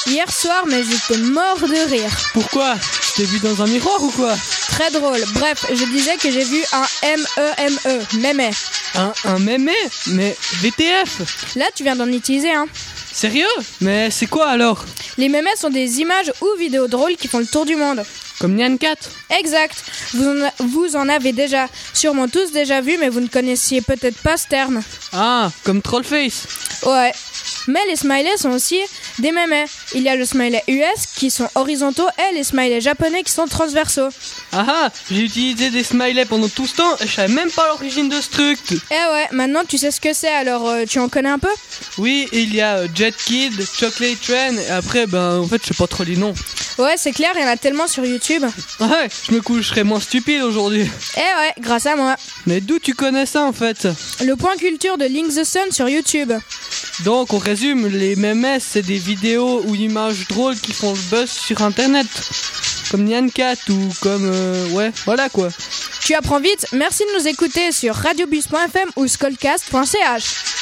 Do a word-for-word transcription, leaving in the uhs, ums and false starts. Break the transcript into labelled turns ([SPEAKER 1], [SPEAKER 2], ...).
[SPEAKER 1] Hier soir, mais j'étais mort de rire.
[SPEAKER 2] Pourquoi? Tu t'es vu dans un miroir ou quoi?
[SPEAKER 1] Très drôle. Bref, je disais que j'ai vu un M E M E, mémé.
[SPEAKER 2] Un, un mémé? Mais V T F?
[SPEAKER 1] Là, tu viens d'en utiliser un.
[SPEAKER 2] Sérieux? Mais c'est quoi alors?
[SPEAKER 1] Les mémés sont des images ou vidéos drôles qui font le tour du monde.
[SPEAKER 2] Comme Nyan Cat?
[SPEAKER 1] Exact. Vous en, a- vous en avez déjà, sûrement tous déjà vu, mais vous ne connaissiez peut-être pas ce terme.
[SPEAKER 2] Ah, comme Trollface.
[SPEAKER 1] Ouais. Mais les smileys sont aussi des mémés. Il y a le smiley U S qui sont horizontaux et les smileys japonais qui sont transversaux.
[SPEAKER 2] Ah ah, j'ai utilisé des smileys pendant tout ce temps et je savais même pas l'origine de ce truc.
[SPEAKER 1] Eh ouais, maintenant tu sais ce que c'est, alors euh, tu en connais un peu?
[SPEAKER 2] Oui, il y a euh, Jet Kid, Chocolate Train et après, ben en fait, je sais pas trop les noms.
[SPEAKER 1] Ouais, c'est clair, il y en a tellement sur YouTube.
[SPEAKER 2] Ouais, je me coucherai moins stupide aujourd'hui.
[SPEAKER 1] Eh ouais, grâce à moi.
[SPEAKER 2] Mais d'où tu connais ça en fait?
[SPEAKER 1] Le point culture de Link the Sun sur YouTube.
[SPEAKER 2] Donc on résume, les mémés c'est des vidéos ou images drôles qui font le buzz sur internet. Comme Nyan Cat ou comme... euh, ouais, voilà quoi.
[SPEAKER 1] Tu apprends vite, merci de nous écouter sur radiobus point f m ou skullcast point c h.